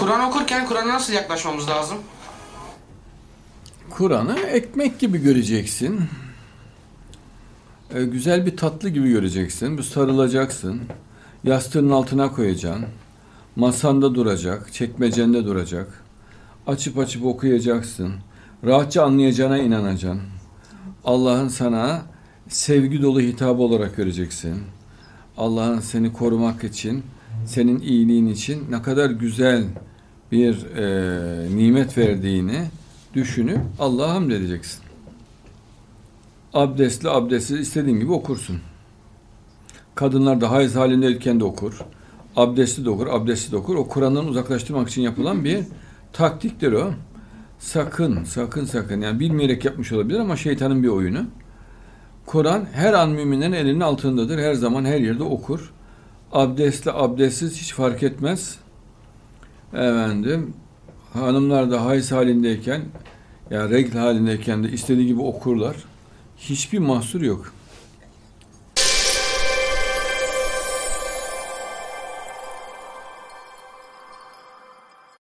Kur'an okurken Kur'an'a nasıl yaklaşmamız lazım? Kur'an'ı ekmek gibi göreceksin. Güzel bir tatlı gibi göreceksin. Bir sarılacaksın. Yastığının altına koyacaksın. Masanda duracak, çekmecende duracak. Açıp açıp okuyacaksın. Rahatça anlayacağına inanacaksın. Allah'ın sana sevgi dolu hitabı olarak göreceksin. Allah'ın seni korumak için, senin iyiliğin için ne kadar güzel bir nimet verdiğini düşünüp Allah'a hamd edeceksin. Abdestli, abdestsiz istediğin gibi okursun. Kadınlar da hayız halindeyken de okur. Abdestli de okur, abdestli de okur. O Kur'an'dan uzaklaştırmak için yapılan bir taktiktir o. Sakın, sakın, sakın. Yani bilmeyerek yapmış olabilir ama şeytanın bir oyunu. Kur'an her an müminlerin elinin altındadır. Her zaman her yerde okur. Abdestli, abdestsiz hiç fark etmez. Efendim, hanımlar da hayız halindeyken, ya regl halindeyken de istediği gibi okurlar. Hiçbir mahsur yok.